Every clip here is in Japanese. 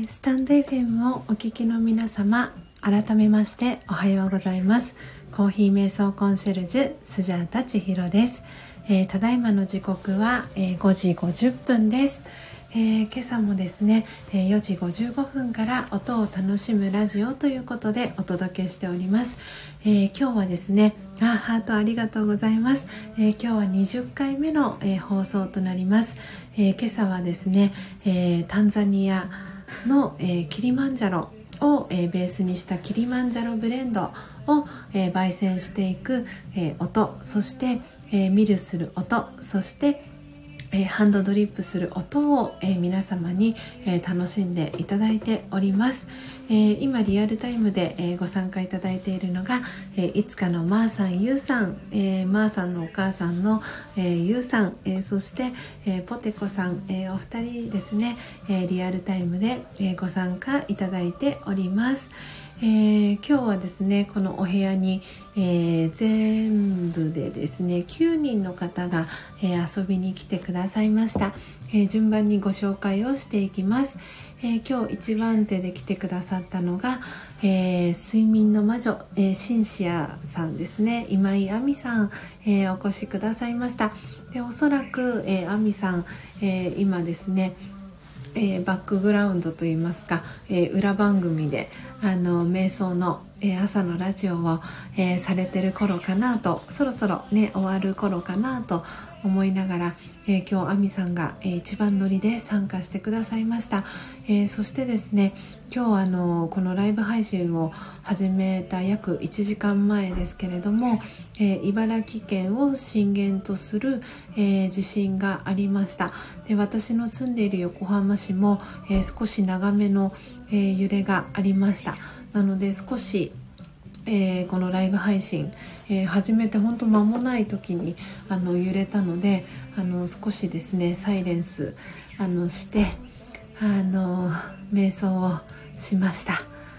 スタンド FM をお聞きの皆様、改めましておはようございます。コーヒー瞑想コンシェルジュスジャータ千尋です。ただいまの時刻は、5時50分です。今朝もですね、4時55分から音を楽しむラジオということでお届けしております。今日はですね、ハートありがとうございます。今日は20回目の、放送となります。今朝はですね、タンザニアの、キリマンジャロを、ベースにしたキリマンジャロブレンドを、焙煎していく、音、そして、ミルする音、そしてハンドドリップする音を、皆様に、楽しんでいただいております。今リアルタイムで、ご参加いただいているのが、いつかのまーさん、ゆうさん、まーさんのお母さんの、ゆうさん、そして、ポテコさん、お二人ですね、リアルタイムで、ご参加いただいております。今日はですね、このお部屋に、全部でですね9人の方が、遊びに来てくださいました。順番にご紹介をしていきます。今日一番手で来てくださったのが、睡眠の魔女、シンシアさんですね。今井亜美さん、お越しくださいました。でおそらく、亜美さん、今ですねバックグラウンドといいますか、裏番組で瞑想の、朝のラジオを、されてる頃かなと、そろそろね終わる頃かなと思いながら、今日アミさんが、一番乗りで参加してくださいました。そしてですね、今日このライブ配信を始めた約1時間前ですけれども、茨城県を震源とする、地震がありました。で私の住んでいる横浜市も、少し長めの、揺れがありました。なので少しこのライブ配信、始めて本当間もない時に揺れたので少しですねサイレンスして瞑想をしました。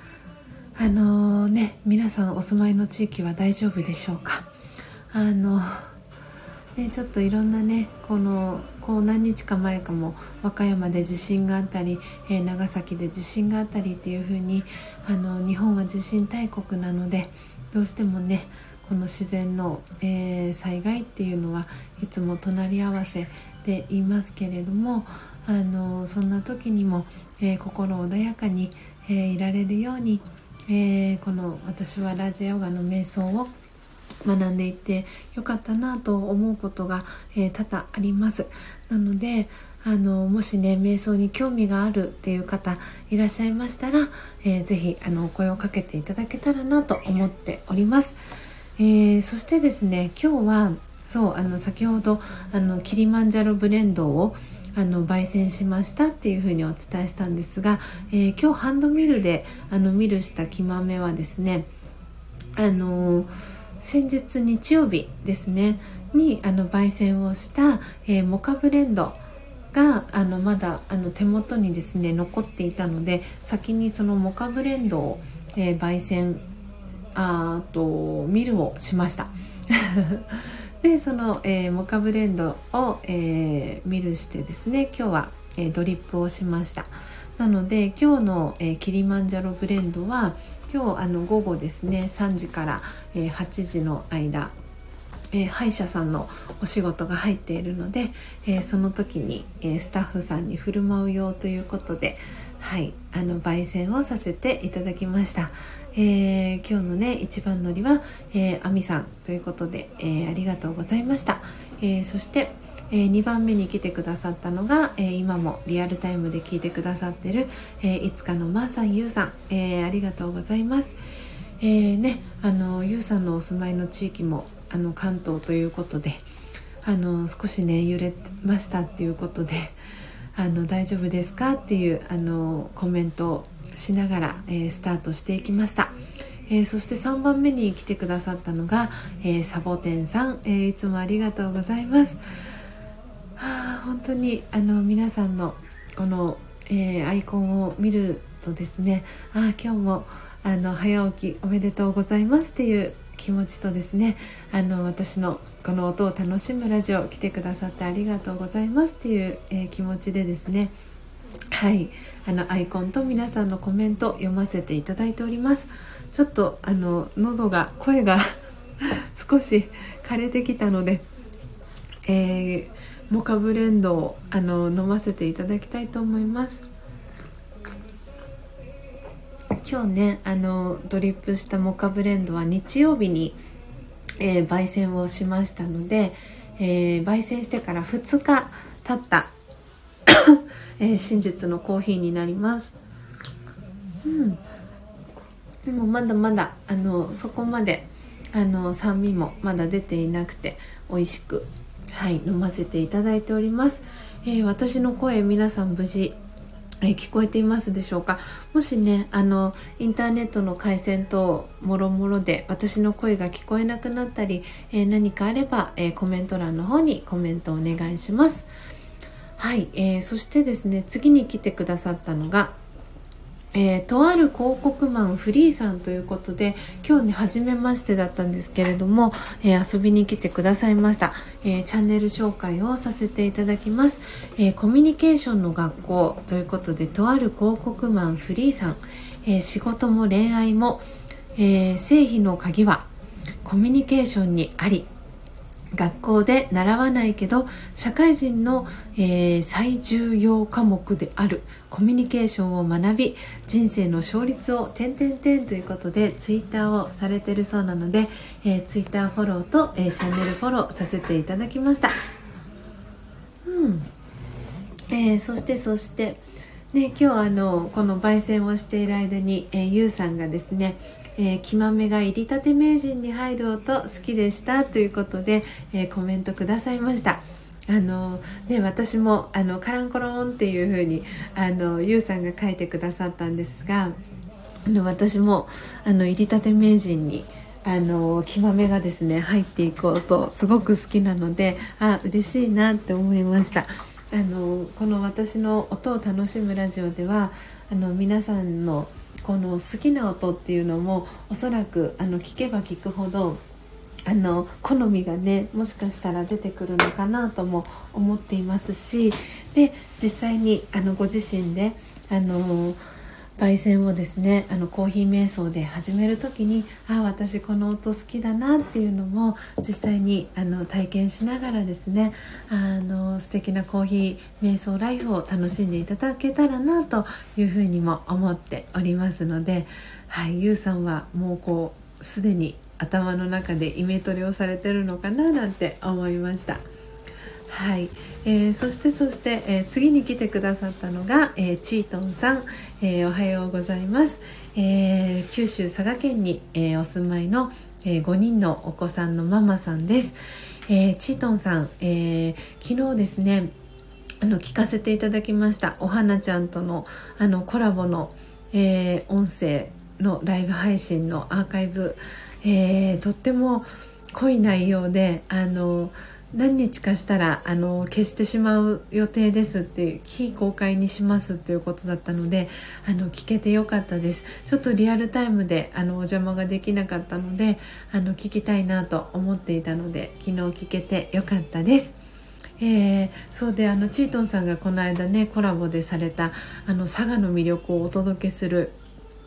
皆さんお住まいの地域は大丈夫でしょうか。ちょっといろんなねこう何日か前かも和歌山で地震があったり、長崎で地震があったりっていう風に日本は地震大国なのでどうしてもねこの自然の、災害っていうのはいつも隣り合わせで言いますけれどもそんな時にも、心穏やかに、いられるように、この私はラジオヨガの瞑想を学んでいてよかったなと思うことが、多々あります。なのでもしね瞑想に興味があるっていう方いらっしゃいましたら、ぜひお声をかけていただけたらなと思っております。そしてですね今日は先ほどキリマンジャロブレンドを焙煎しましたっていうふうにお伝えしたんですが、今日ハンドミルでミルした木豆はですね先日日曜日ですねに焙煎をした、モカブレンドがまだ手元にですね残っていたので先にそのモカブレンドを、焙煎ミルをしましたでその、モカブレンドを、ミルしてですね今日は、ドリップをしました。なので今日の、キリマンジャロブレンドは今日午後ですね3時から、8時の間、歯医者さんのお仕事が入っているので、その時に、スタッフさんに振る舞うようということで焙煎をさせていただきました。今日のね一番乗りは、アミさんということで、ありがとうございました。そして2番目に来てくださったのが、今もリアルタイムで聞いてくださってる、いつかのまーさんゆうさん、ありがとうございます。ゆうさんのお住まいの地域も関東ということで少しね揺れましたっていうことで大丈夫ですかっていうコメントをしながら、スタートしていきました。そして3番目に来てくださったのが、サボテンさん、いつもありがとうございます。本当に皆さんのこの、アイコンを見るとですね今日も早起きおめでとうございますっていう気持ちとですね私のこの音を楽しむラジオ来てくださってありがとうございますっていう、気持ちでですねはい、アイコンと皆さんのコメント読ませていただいております。ちょっと声が少し枯れてきたので、モカブレンドを飲ませていただきたいと思います。今日ねドリップしたモカブレンドは日曜日に、焙煎をしましたので、焙煎してから2日経った真実のコーヒーになります。でもまだまだそこまで酸味もまだ出ていなくて美味しく、飲ませていただいております。私の声皆さん無事聞こえていますでしょうか。もしねインターネットの回線等もろもろで私の声が聞こえなくなったり、何かあれば、コメント欄の方にコメントお願いします。そしてですね、次に来てくださったのが、とある広告マンフリーさんということで、今日ね初めましてだったんですけれども、遊びに来てくださいました。チャンネル紹介をさせていただきます。コミュニケーションの学校ということで、とある広告マンフリーさん、仕事も恋愛も、成否の鍵はコミュニケーションにあり、学校で習わないけど社会人の、最重要科目であるコミュニケーションを学び、人生の勝率をということでツイッターをされているそうなので、ツイッターフォローと、チャンネルフォローさせていただきました。そしてね、今日この焙煎をしている間に、ゆうさんがですね、木豆が入りたて名人に入る音好きでしたということで、コメントくださいました。私もカランコロンっていう風にゆうさんが書いてくださったんですが、私も入りたて名人に木豆がですね入っていく音すごく好きなので、嬉しいなって思いました。この私の音を楽しむラジオでは皆さんのこの好きな音っていうのもおそらく聞けば聞くほど好みがねもしかしたら出てくるのかなとも思っていますし、で実際にご自身で焙煎をですねコーヒー瞑想で始める時に私この音好きだなっていうのも実際に体験しながらですね素敵なコーヒー瞑想ライフを楽しんでいただけたらなというふうにも思っておりますので、ゆうさんはもうすでに頭の中でイメトレをされてるのかななんて思いました。そして、次に来てくださったのが、チートンさん、おはようございます。九州佐賀県に、お住まいの、5人のお子さんのママさんです。チートンさん、昨日ですね聞かせていただきましたお花ちゃんとのコラボの、音声のライブ配信のアーカイブ、とっても濃い内容で何日かしたら消してしまう予定ですって非公開にしますということだったので聞けてよかったです。ちょっとリアルタイムでお邪魔ができなかったので聞きたいなと思っていたので昨日聞けてよかったです。そうでチートンさんがこの間ねコラボでされた佐賀の魅力をお届けする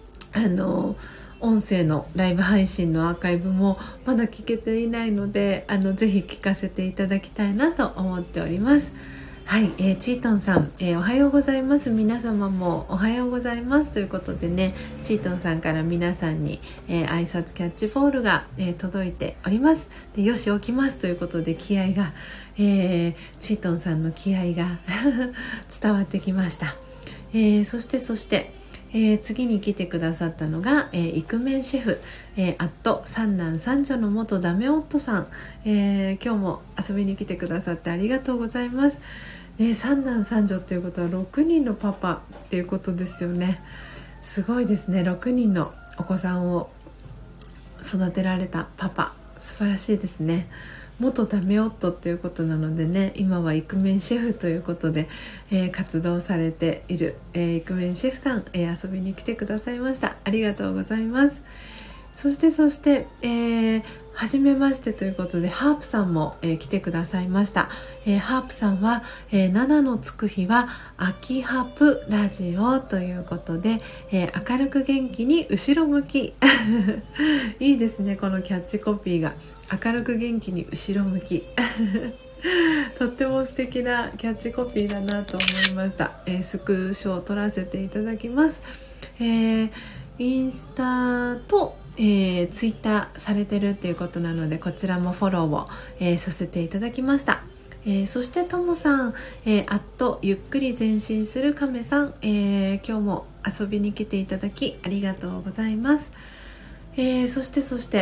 音声のライブ配信のアーカイブもまだ聞けていないのでぜひ聞かせていただきたいなと思っております。チートンさん、おはようございます。皆様もおはようございますということでね、チートンさんから皆さんに、挨拶キャッチボールが、届いております。でよし起きますということで気合が、チートンさんの気合が伝わってきました。そして次に来てくださったのが、イクメンシェフ、三男三女の元ダメ夫さん、今日も遊びに来てくださってありがとうございます。三男三女ということは6人のパパっていうことですよね。すごいですね。6人のお子さんを育てられたパパ、素晴らしいですね。元ダメ夫ということなのでね、今はイクメンシェフということで、活動されている、イクメンシェフさん、遊びに来てくださいました。ありがとうございます。そして、 はじめましてということでハープさんも、来てくださいました。ハープさんは、7のつく日は秋ハプラジオということで、明るく元気に後ろ向きいいですね、このキャッチコピーが明るく元気に後ろ向きとっても素敵なキャッチコピーだなと思いました。スクショを撮らせていただきます。インスタとツイッターされてるっていうことなので、こちらもフォローを、させていただきました。そしてともさん、ゆっくり前進する亀さん、今日も遊びに来ていただきありがとうございます。そして、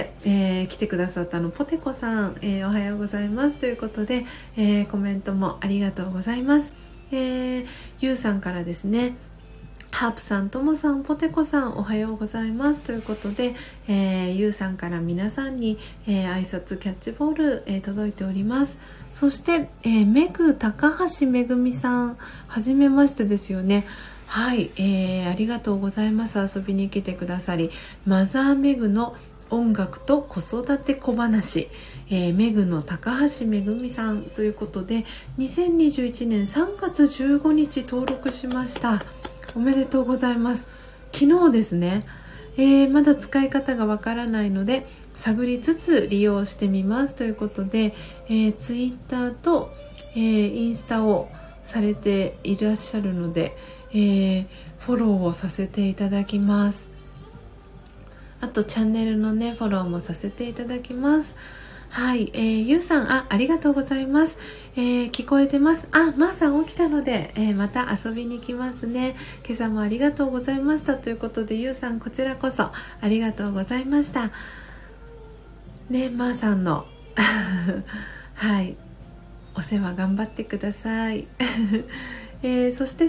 来てくださったポテコさん、おはようございますということで、コメントもありがとうございます。ゆうさんからですね、ハープさん、ともさん、ポテコさん、おはようございますということで、ゆうさんから皆さんに、挨拶キャッチボール、届いております。そして、めぐ高橋めぐみさん、はじめましてですよね。はい、ありがとうございます。遊びに来てくださり、マザーめぐの音楽と子育て小話、めぐの高橋めぐみさんということで、2021年3月15日登録しました。おめでとうございます。昨日ですね、まだ使い方がわからないので探りつつ利用してみますということで、ツイッターと、インスタをされていらっしゃるので、フォローをさせていただきます。あとチャンネルのねフォローもさせていただきます。はい、ゆうさん、ありがとうございます。聞こえてます。まーさん起きたので、また遊びに来ますね。今朝もありがとうございましたということで、ゆうさんこちらこそありがとうございましたね。まーさんのはい、お世話頑張ってください。そして、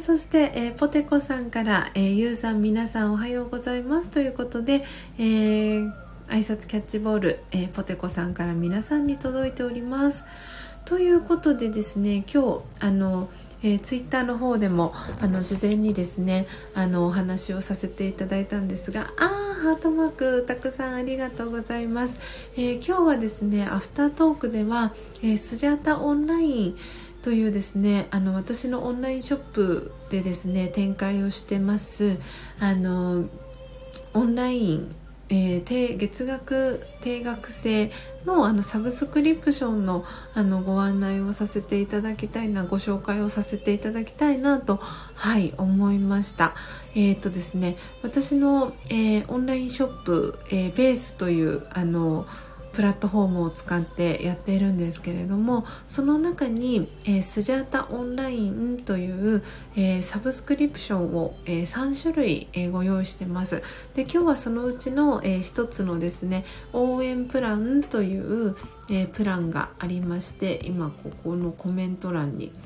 ポテコさんから、ゆうさん皆さんおはようございますということで、挨拶キャッチボール、ポテコさんから皆さんに届いております。ということでですね、今日ツイッターの方でも事前にですねお話をさせていただいたんですが、ハートマークたくさんありがとうございます。今日はですねアフタートークでは、スジャータオンラインというですね私のオンラインショップでですね展開をしてますオンライン月額定額制のサブスクリプションのご案内をさせていただきたいな、ご紹介をさせていただきたいなと思いました。ですね、私の、オンラインショップ、ベースというプラットフォームを使ってやっているんですけれども、その中に、スジャータオンラインという、サブスクリプションを、3種類、ご用意してます。で、今日はそのうちの、一つのですね応援プランという、プランがありまして、今ここのコメント欄に、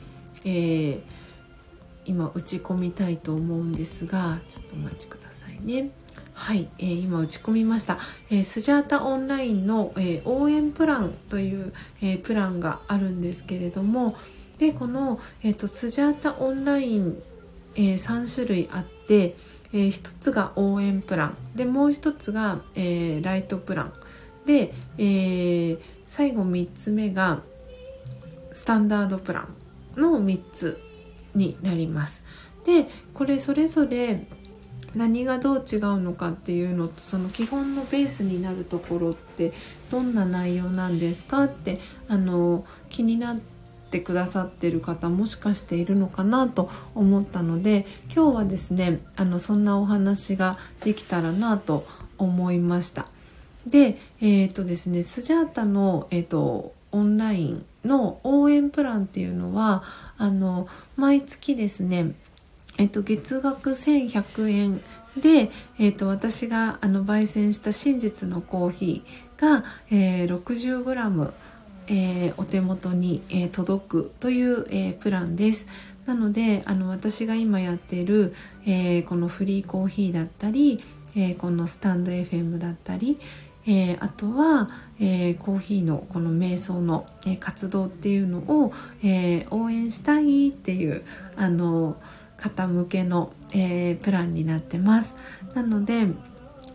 今打ち込みたいと思うんですが、ちょっとお待ちくださいね。はい、今打ち込みました。スジャータオンラインの、応援プランという、プランがあるんですけれども、でこの、スジャータオンライン、3種類あって、一つが応援プランで、もう一つが、ライトプランで、最後3つ目がスタンダードプランの3つになります。でこれそれぞれ何がどう違うのかっていうのと、その基本のベースになるところってどんな内容なんですかって気になってくださってる方もしかしているのかなと思ったので、今日はですねそんなお話ができたらなと思いました。でですねスジャータのオンラインの応援プランっていうのは毎月ですね月額1100円で、私が焙煎した真実のコーヒーが、60g、お手元に、届くという、プランです。なので私が今やっている、このフリーコーヒーだったり、このスタンド FM だったり、あとは、コーヒーのこの瞑想の、活動っていうのを、応援したいっていう方向けの、プランになってます。なので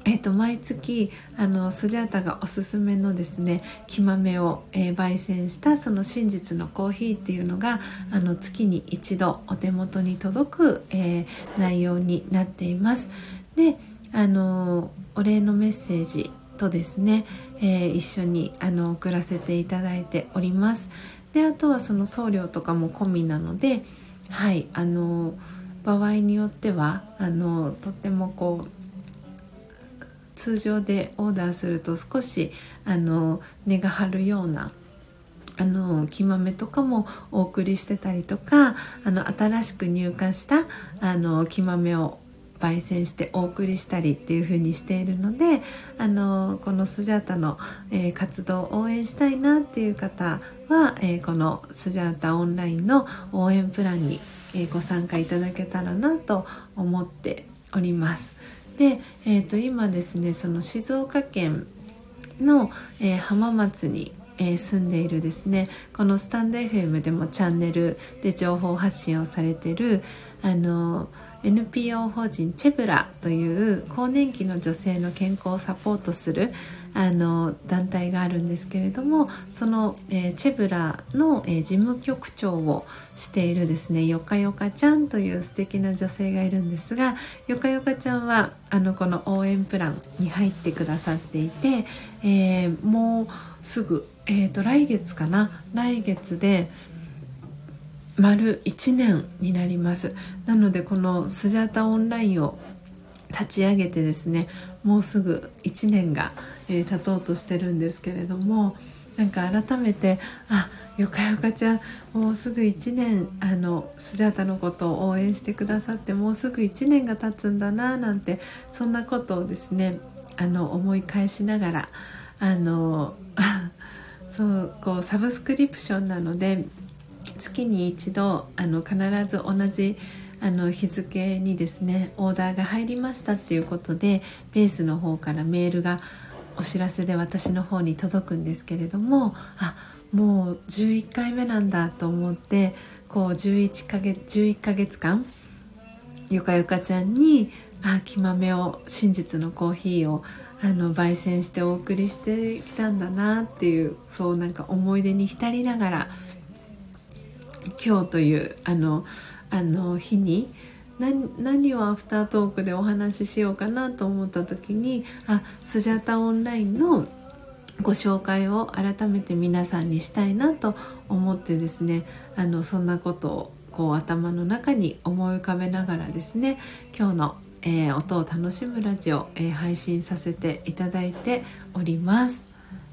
毎月スジャータがおすすめのですね木豆を、焙煎したその真実のコーヒーっていうのが月に一度お手元に届く、内容になっています。でお礼のメッセージとですね、一緒に送らせていただいております。であとはその送料とかも込みなので、はい場合によってはとってもこう通常でオーダーすると少し値が張るような木豆とかもお送りしてたりとか新しく入荷した木豆を焙煎してお送りしたりっていう風にしているのでこのスジャータの、活動を応援したいなっていう方は、このスジャータオンラインの応援プランに、ご参加いただけたらなと思っております。で、今ですねその静岡県の、浜松に住んでいるですねこのスタンド FM でもチャンネルで情報発信をされているNPO 法人チェブラという更年期の女性の健康をサポートする団体があるんですけれどもその、チェブラの、事務局長をしているですねよかよかちゃんという素敵な女性がいるんですがよかよかちゃんはこの応援プランに入ってくださっていて、もうすぐ、来月で丸1年になります。なのでこのスジャータオンラインを立ち上げてですねもうすぐ1年が、経とうとしてるんですけれどもなんか改めてよかよかちゃんもうすぐ1年スジャータのことを応援してくださってもうすぐ1年が経つんだななんてそんなことをですね思い返しながらそうこうサブスクリプションなので月に一度必ず同じ日付にですねオーダーが入りましたっていうことでベースの方からメールがお知らせで私の方に届くんですけれどももう11回目なんだと思ってこう11ヶ月間よかよかちゃんに木豆を真実のコーヒーを焙煎してお送りしてきたんだなっていうそうなんか思い出に浸りながら今日という日に何をアフタートークでお話ししようかなと思った時にスジャタオンラインのご紹介を改めて皆さんにしたいなと思ってですねそんなことをこう頭の中に思い浮かべながらですね今日の、音を楽しむラジオ、配信させていただいております。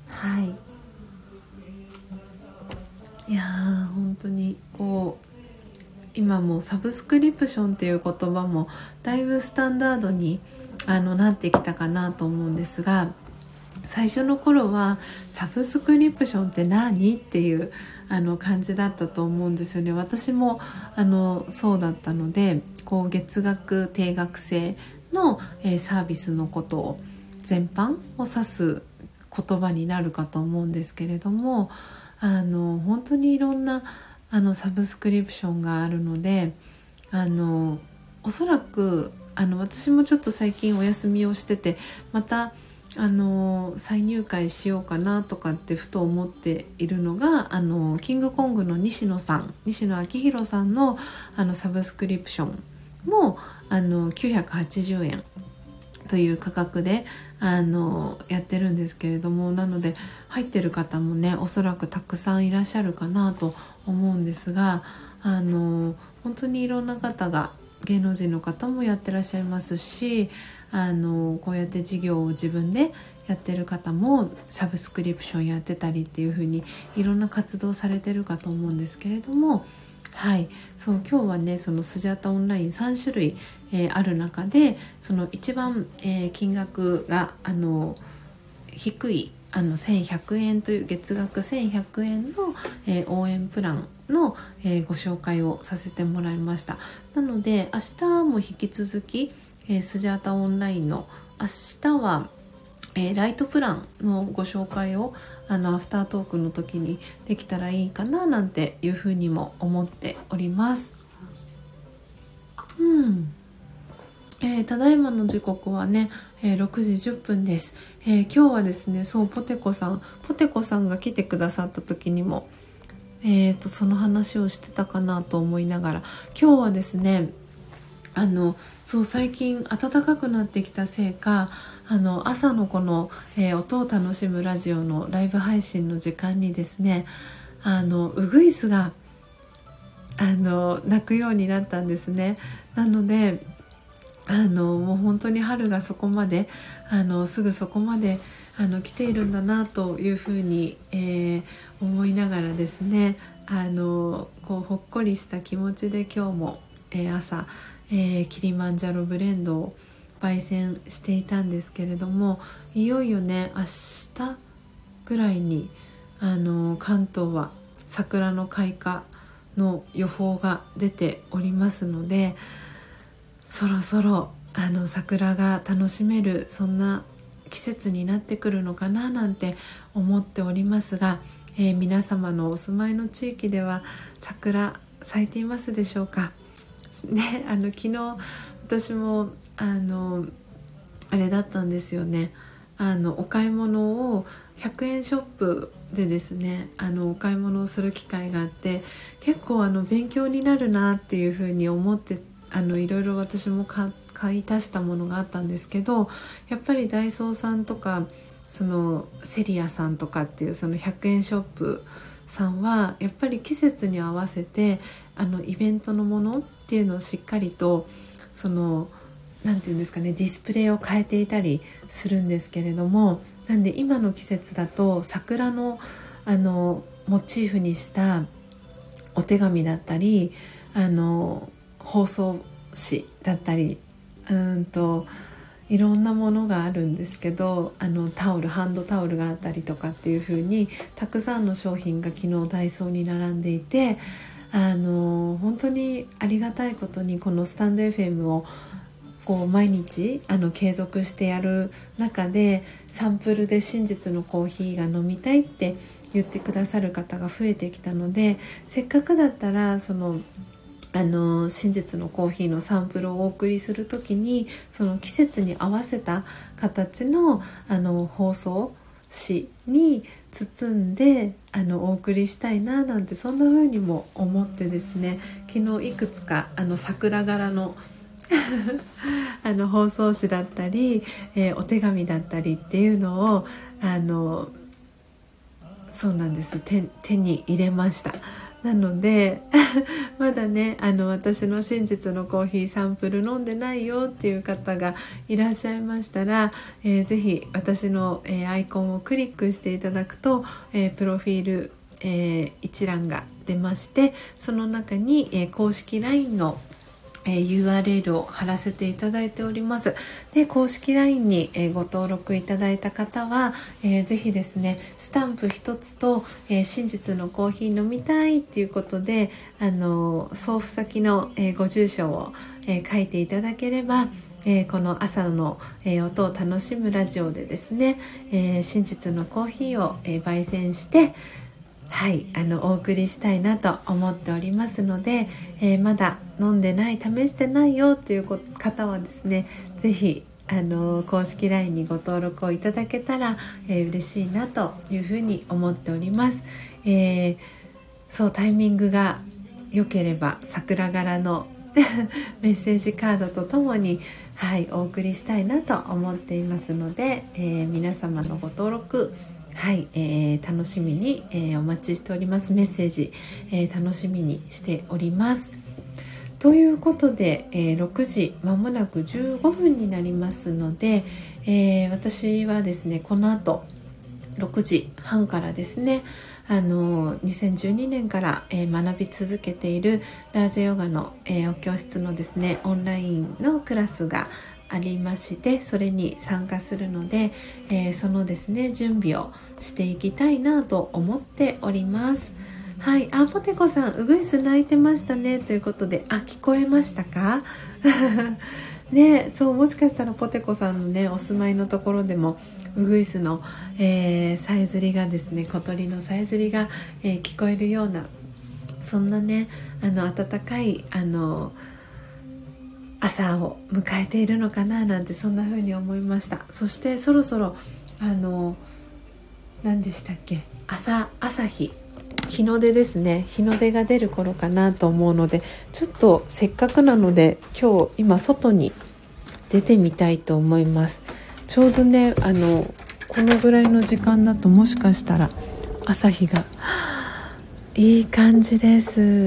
いや本当にこう今もサブスクリプションっていう言葉もだいぶスタンダードになってきたかなと思うんですが最初の頃はサブスクリプションって何っていう感じだったと思うんですよね。私もそうだったのでこう月額定額制の、サービスのことを全般を指す言葉になるかと思うんですけれども本当にいろんなサブスクリプションがあるのでおそらく私もちょっと最近お休みをしててまた再入会しようかなとかってふと思っているのがキングコングの西野明宏さんのサブスクリプションも980円という価格でやってるんですけれどもなので入ってる方もねおそらくたくさんいらっしゃるかなと思うんですが本当にいろんな方が芸能人の方もやってらっしゃいますしこうやって事業を自分でやってる方もサブスクリプションやってたりっていう風にいろんな活動されてるかと思うんですけれどもそう今日はねそのスジャタオンライン3種類、ある中でその一番、金額が低い1100円という月額1100円の、応援プランの、ご紹介をさせてもらいました。なので明日も引き続き、スジャータオンラインの明日は、ライトプランのご紹介をアフタートークの時にできたらいいかななんていうふうにも思っております。ただいまの時刻はね、 6時10分です。今日はですね、そうポテコさんが来てくださった時にもその話をしてたかなと思いながら、今日はですね、そう最近暖かくなってきたせいか、朝のこの、音を楽しむラジオのライブ配信の時間にですね、ウグイスが鳴くようになったんですね。なのでもう本当に春がそこまですぐそこまで来ているんだなというふうに、思いながらですね、こうほっこりした気持ちで今日も、朝、キリマンジャロブレンドを焙煎していたんですけれども、いよいよね明日ぐらいに関東は桜の開花の予報が出ておりますので、そろそろ桜が楽しめるそんな季節になってくるのかななんて思っておりますが、皆様のお住まいの地域では桜咲いていますでしょうかね。昨日私もあれだったんですよね。お買い物を100円ショップでですね、お買い物をする機会があって、結構勉強になるなっていうふうに思っていろいろ私も買い足したものがあったんですけど、やっぱりダイソーさんとかそのセリアさんとかっていうその100円ショップさんはやっぱり季節に合わせてイベントのものっていうのをしっかりとなんていうんですかね、ディスプレイを変えていたりするんですけれども、なんで今の季節だと桜のモチーフにしたお手紙だったり包装紙だったりいろんなものがあるんですけど、ハンドタオルがあったりとかっていう風にたくさんの商品が昨日ダイソーに並んでいて、本当にありがたいことにこのスタンド FM をこう毎日継続してやる中で、サンプルで真実のコーヒーが飲みたいって言ってくださる方が増えてきたので、せっかくだったら真実のコーヒーのサンプルをお送りするときに、その季節に合わせた形の包装紙に包んでお送りしたいななんて、そんな風にも思ってですね、昨日いくつか桜柄の包装紙だったり、お手紙だったりっていうのをそうなんです、手に入れました。なのでまだね私の真実のコーヒーサンプル飲んでないよっていう方がいらっしゃいましたら、ぜひ私の、アイコンをクリックしていただくと、プロフィール、一覧が出まして、その中に、公式 LINE のURL を貼らせていただいております。で、公式 LINE に、ご登録いただいた方は、ぜひですね、スタンプ一つと、真実のコーヒー飲みたいっていうことで送付先の、ご住所を、書いていただければ、この朝の、音を楽しむラジオでですね、真実のコーヒーを、焙煎してお送りしたいなと思っておりますので、まだ飲んでない、試してないよっていう方はですね、ぜひ公式 LINE にご登録をいただけたら、嬉しいなというふうに思っております。そうタイミングが良ければ桜柄のメッセージカードとともに、お送りしたいなと思っていますので、皆様のご登録楽しみに、お待ちしております。メッセージ、楽しみにしております。ということで、6時まもなく15分になりますので、私はですねこの後6時半からですね2012年から、学び続けているラージャヨガの、お教室のですねオンラインのクラスがありまして、それに参加するので、そのですね準備をしていきたいなと思っております。ポテコさん、ウグイス鳴いてましたねということで、聞こえましたかね、そうもしかしたらポテコさんのねお住まいのところでもウグイスの、さえずりがですね、小鳥のさえずりが、聞こえるような、そんなね暖かい朝を迎えているのかななんてそんな風に思いました。そしてそろそろ何でしたっけ、朝日の出ですね、日の出が出る頃かなと思うので、ちょっとせっかくなので今外に出てみたいと思います。ちょうどねこのぐらいの時間だともしかしたら朝日がいい感じです。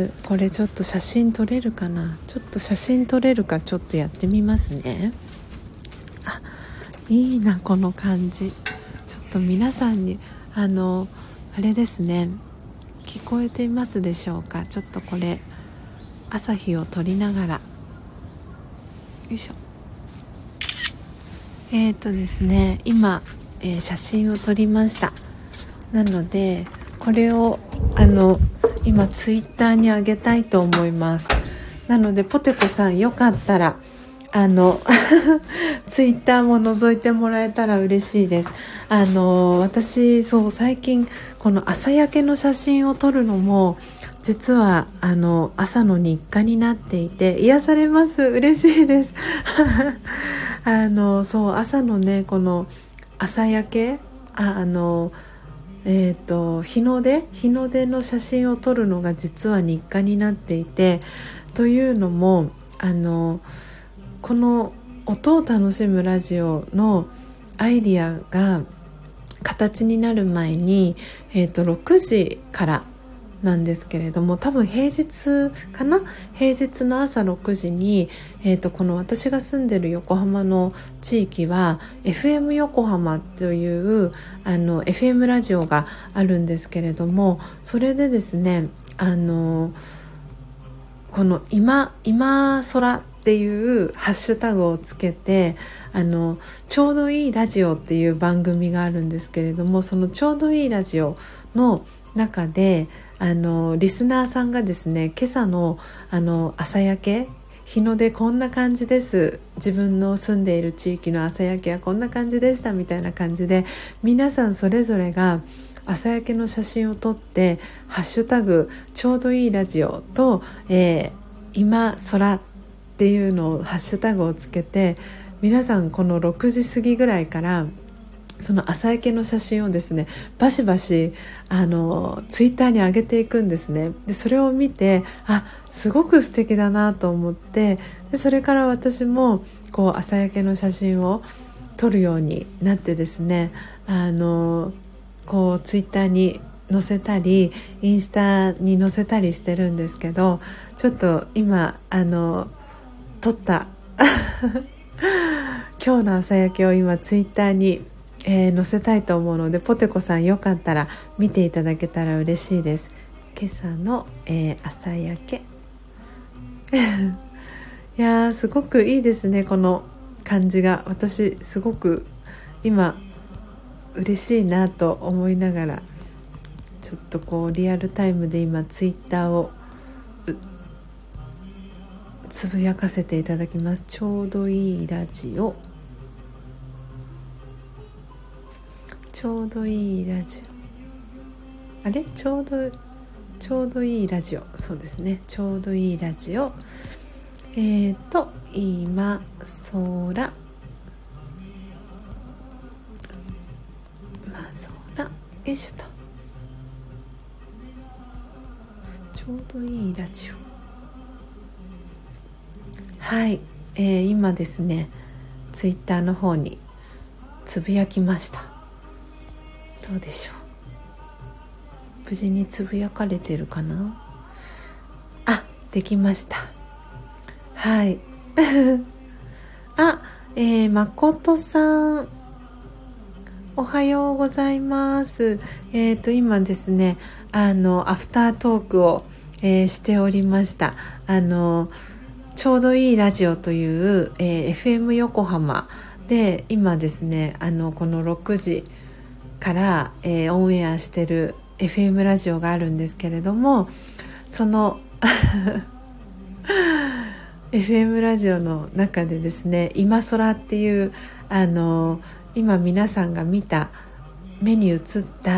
これちょっと写真撮れるかな、ちょっと写真撮れるかちょっとやってみますね。いいなこの感じ。ちょっと皆さんにあれですね、聞こえていますでしょうか。ちょっとこれ朝日を撮りながら、よいしょ。ですね、今、写真を撮りました。なのでこれを今ツイッターに上げたいと思います。なのでポテコさんよかったらツイッターも覗いてもらえたら嬉しいです。私最近この朝焼けの写真を撮るのも実は朝の日課になっていて癒されます。嬉しいです朝のねこの朝焼け日の出の写真を撮るのが実は日課になっていて、というのもこの音を楽しむラジオのアイディアが形になる前に、6時からなんですけれども、多分平日かな、平日の朝6時に、この私が住んでる横浜の地域は FM 横浜というFM ラジオがあるんですけれども、それでですねこの今空っていうハッシュタグをつけてちょうどいいラジオっていう番組があるんですけれども、そのちょうどいいラジオの中でリスナーさんがですね、今朝の朝焼け、日の出こんな感じです、自分の住んでいる地域の朝焼けはこんな感じでしたみたいな感じで、皆さんそれぞれが朝焼けの写真を撮ってハッシュタグちょうどいいラジオと、今空っていうのをハッシュタグをつけて、皆さんこの6時過ぎぐらいからその朝焼けの写真をですねバシバシツイッターに上げていくんですね。でそれを見てすごく素敵だなと思って、でそれから私もこう朝焼けの写真を撮るようになってですね、こうツイッターに載せたりインスタに載せたりしてるんですけど、ちょっと今撮った今日の朝焼けを今ツイッターに載せたいと思うので、ポテコさんよかったら見ていただけたら嬉しいです。今朝の、朝焼けいやすごくいいですね、この感じが。私すごく今嬉しいなと思いながら、ちょっとこうリアルタイムで今ツイッターをつぶやかせていただきます。ちょうどいいラジオ、ちょうどいいラジオ、ちょうどいいラジオ、そうですね、ちょうどいいラジオ、今空、よいしょと、ちょうどいいラジオ、はい、今ですねツイッターの方につぶやきました。どうでしょう、無事につぶやかれてるかな。できました。はい誠さんおはようございます。今ですねアフタートークを、しておりました。ちょうどいいラジオという、FM 横浜で今ですねこの6時から、オンエアしてる FM ラジオがあるんですけれども、そのFM ラジオの中でですね、今空っていう今皆さんが見目に映った、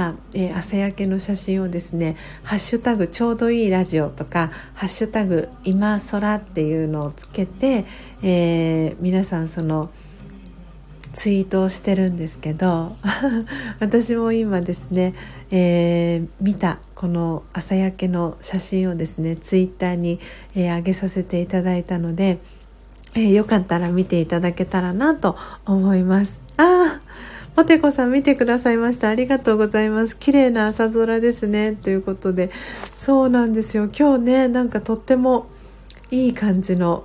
朝焼けの写真をですね、ハッシュタグちょうどいいラジオとかハッシュタグ今空っていうのをつけて、皆さんそのツイートをしてるんですけど私も今ですね、見たこの朝焼けの写真をですねツイッターに、上げさせていただいたので、よかったら見ていただけたらなと思います。ポテコさん見てくださいました。ありがとうございます。綺麗な朝空ですねということで、そうなんですよ。今日ね、なんかとってもいい感じの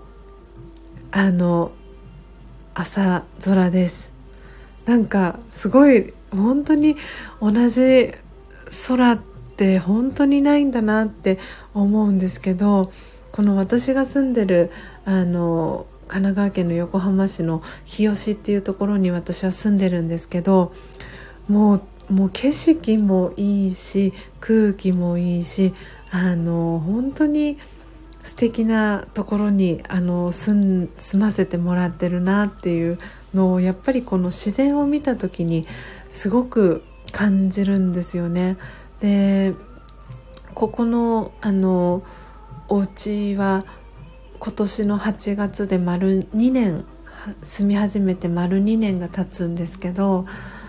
朝空です。なんかすごい本当に同じ空って本当にないんだなって思うんですけど、この私が住んでる神奈川県の横浜市の日吉っていうところに私は住んでるんですけど、もう景色もいいし空気もいいし、本当に素敵なところに住ませてもらってるなっていうのを、やっぱりこの自然を見た時にすごく感じるんですよね。で、ここのお家は今年の8月で丸2年住み始めて丸2年が経つんですけど、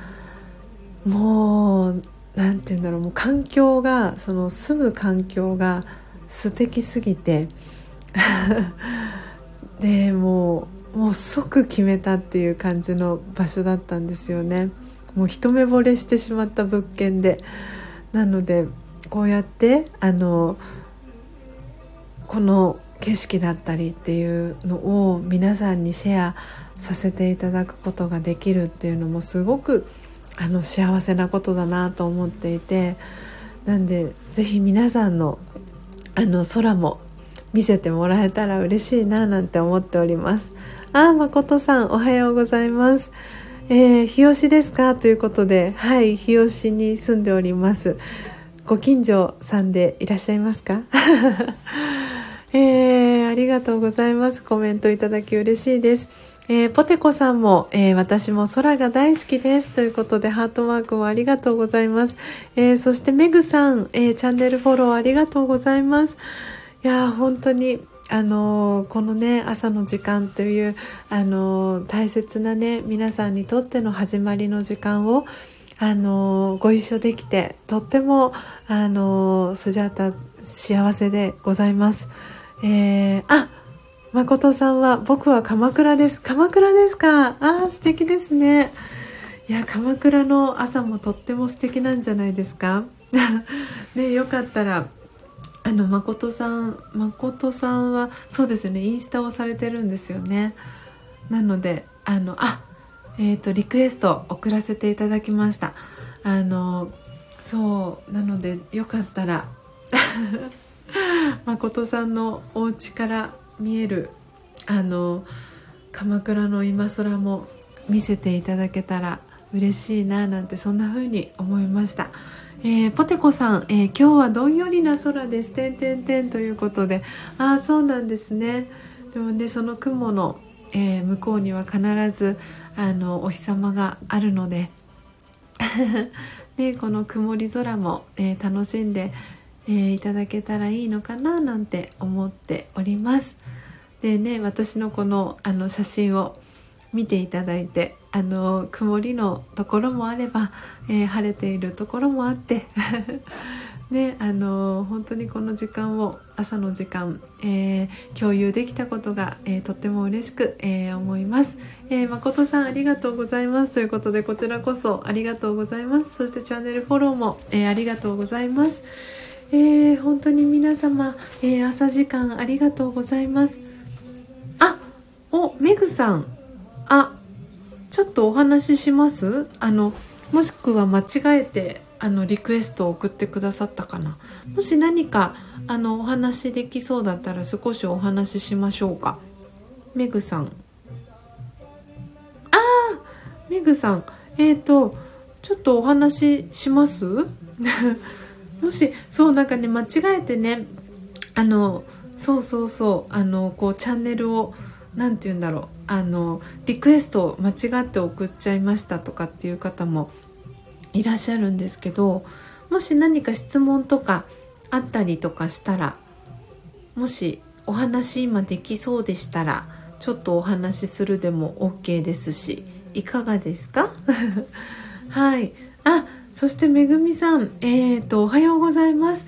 もうなんていうんだろう、もう環境が、その住む環境が素敵すぎてでもう即決めたっていう感じの場所だったんですよね。もう一目惚れしてしまった物件で、なのでこうやってこの景色だったりっていうのを皆さんにシェアさせていただくことができるっていうのもすごく幸せなことだなと思っていて、なんでぜひ皆さんの空も見せてもらえたら嬉しいななんて思っております。誠さんおはようございます。日吉ですかということで、はい、日吉に住んでおります。ご近所さんでいらっしゃいますかありがとうございます。コメントいただき嬉しいです。ポテコさんも、私も空が大好きですということでハートマークもありがとうございます。そしてメグさん、チャンネルフォローありがとうございます。いや本当にこのね朝の時間という大切なね皆さんにとっての始まりの時間をご一緒できて、とってもスジャータ幸せでございます。誠さんは僕は鎌倉です。鎌倉ですか。素敵ですね。いや鎌倉の朝もとっても素敵なんじゃないですかね、よかったら誠さんはそうですね、インスタをされてるんですよね。なのでリクエスト送らせていただきました。そうなのでよかったら誠さんのお家から見える鎌倉の今空も見せていただけたら嬉しいななんて、そんな風に思いました。ポテコさん、今日はどんよりな空です。ということで、そうなんですね。でもね、その雲の、向こうには必ずお日様があるのででこの曇り空も、楽しんで、いただけたらいいのかななんて思っております。でね、私のこの写真を見ていただいて、曇りのところもあれば、晴れているところもあってね、本当にこの時間を朝の時間、共有できたことが、とっても嬉しく、思います。誠さんありがとうございますということで、こちらこそありがとうございます。そしてチャンネルフォローも、ありがとうございます。本当に皆様、朝時間ありがとうございます。メグさん、ちょっとお話しします。もしくは間違えてリクエストを送ってくださったかな。もし何かお話できそうだったら少しお話ししましょうか。メグさん、メグさん、ちょっとお話ししますもしなんかね、間違えてね、こうチャンネルをなんて言うんだろう、リクエストを間違って送っちゃいましたとかっていう方もいらっしゃるんですけど、もし何か質問とかあったりとかしたら、もしお話今できそうでしたらちょっとお話しするでも OK ですし、いかがですか？はい。そしてめぐみさん、おはようございます。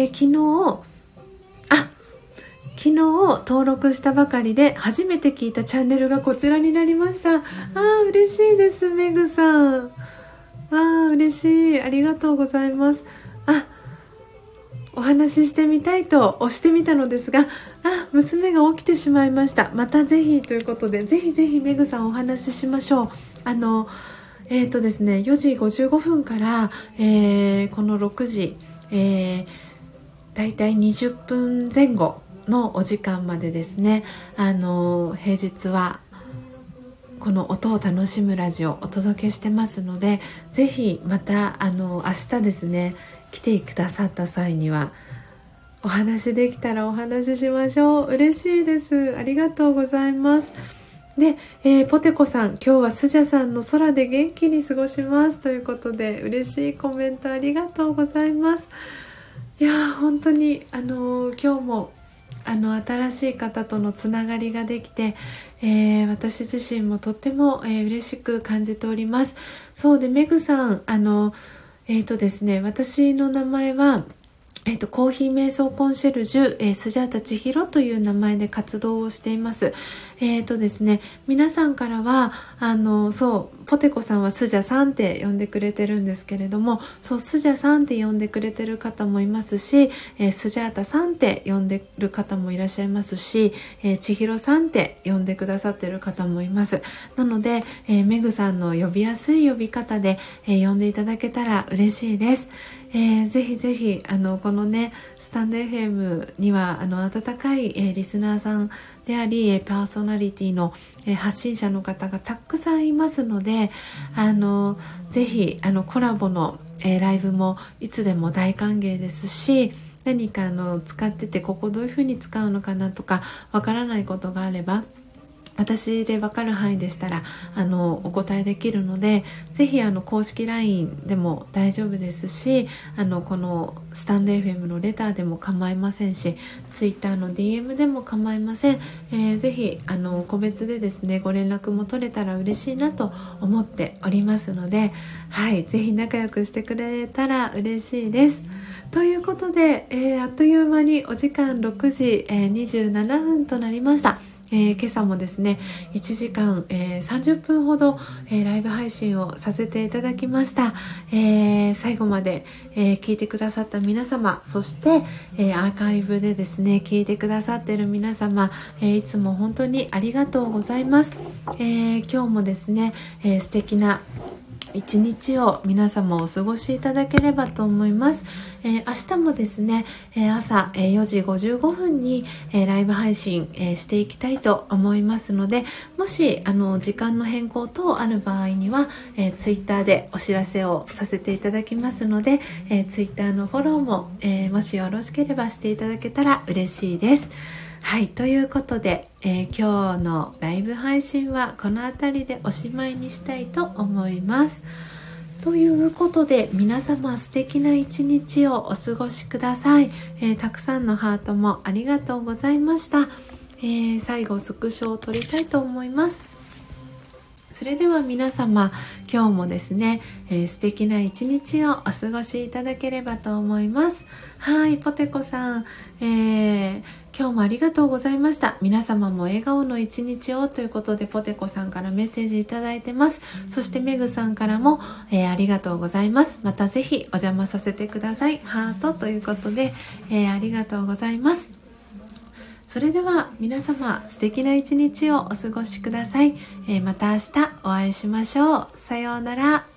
昨日登録したばかりで初めて聞いたチャンネルがこちらになりました。嬉しいです、めぐさん。嬉しい。ありがとうございます。お話ししてみたいと押してみたのですが、娘が起きてしまいました。またぜひということで、ぜひぜひめぐさんお話ししましょう。ですね、4時55分から、この6時、だいたい20分前後のお時間までですね、平日はこの音を楽しむラジオをお届けしてますので、ぜひまた明日ですね、来てくださった際にはお話できたらお話ししましょう。嬉しいです。ありがとうございます。で、ポテコさん、今日はスジャさんの空で元気に過ごしますということで、嬉しいコメントありがとうございます。いや本当に今日も新しい方とのつながりができて、私自身もとっても、嬉しく感じております。そうで、メグさん、ですね、私の名前はコーヒー瞑想コンシェルジュ、スジャータ千尋という名前で活動をしています。ですね、皆さんからはポテコさんはスジャさんって呼んでくれてるんですけれども、スジャさんって呼んでくれてる方もいますし、スジャータさんって呼んでる方もいらっしゃいますし、千尋さんって呼んでくださってる方もいます。なので、メグさんの呼びやすい呼び方で、呼んでいただけたら嬉しいです。ぜひぜひこのねスタンド FM には温かい、リスナーさんであり、パーソナリティの、発信者の方がたくさんいますので、ぜひコラボの、ライブもいつでも大歓迎ですし、何か使っててここどういうふうに使うのかなとかわからないことがあれば、私で分かる範囲でしたらお答えできるので、ぜひ公式 LINE でも大丈夫ですし、このスタンド FM のレターでも構いませんし、 Twitter の DM でも構いません。ぜひ個別でですねご連絡も取れたら嬉しいなと思っておりますので、ぜひ仲良くしてくれたら嬉しいです。ということで、あっという間にお時間6時、27分となりました。今朝もですね1時間、30分ほど、ライブ配信をさせていただきました。最後まで、聞いてくださった皆様、そして、アーカイブでですね聞いてくださっている皆様、いつも本当にありがとうございます。今日もですね、素敵な一日を皆様お過ごしいただければと思います。明日もですね、朝、4時55分に、ライブ配信、していきたいと思いますので、もし時間の変更等ある場合には、ツイッターでお知らせをさせていただきますので、ツイッターのフォローも、もしよろしければしていただけたら嬉しいです。ということで、今日のライブ配信はこの辺りでおしまいにしたいと思います。ということで、皆様素敵な一日をお過ごしください。たくさんのハートもありがとうございました。最後スクショを撮りたいと思います。それでは皆様、今日もですね、素敵な一日をお過ごしいただければと思います。ポテコさん、今日もありがとうございました。皆様も笑顔の一日をということで、ポテコさんからメッセージいただいてます。そしてメグさんからも、ありがとうございます。またぜひお邪魔させてください。ハートということで、ありがとうございます。それでは皆様、素敵な一日をお過ごしください。また明日お会いしましょう。さようなら。